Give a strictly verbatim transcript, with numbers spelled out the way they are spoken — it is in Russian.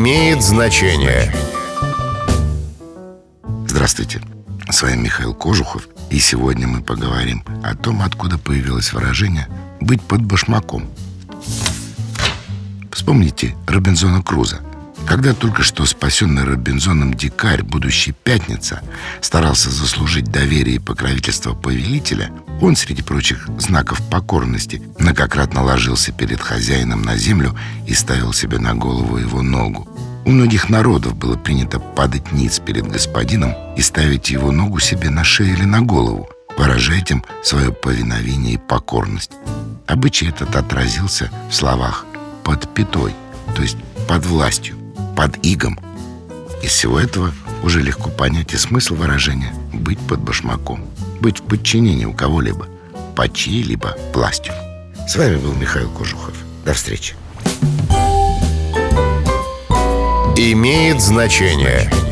Имеет значение. Здравствуйте, с вами Михаил Кожухов. И сегодня мы поговорим о том, откуда появилось выражение «быть под башмаком». Вспомните Робинзона Круза. Когда только что спасенный Робинзоном дикарь, будущий Пятница, старался заслужить доверие и покровительство повелителя, он, среди прочих знаков покорности, многократно ложился перед хозяином на землю и ставил себе на голову его ногу. У многих народов было принято падать ниц перед господином и ставить его ногу себе на шею или на голову, выражая этим свое повиновение и покорность. Обычай этот отразился в словах «под пятой», то есть «под властью», «под игом». Из всего этого уже легко понять и смысл выражения «быть под башмаком», быть в подчинении у кого-либо, под чьей-либо властью. С вами был Михаил Кожухов. До встречи. Имеет значение.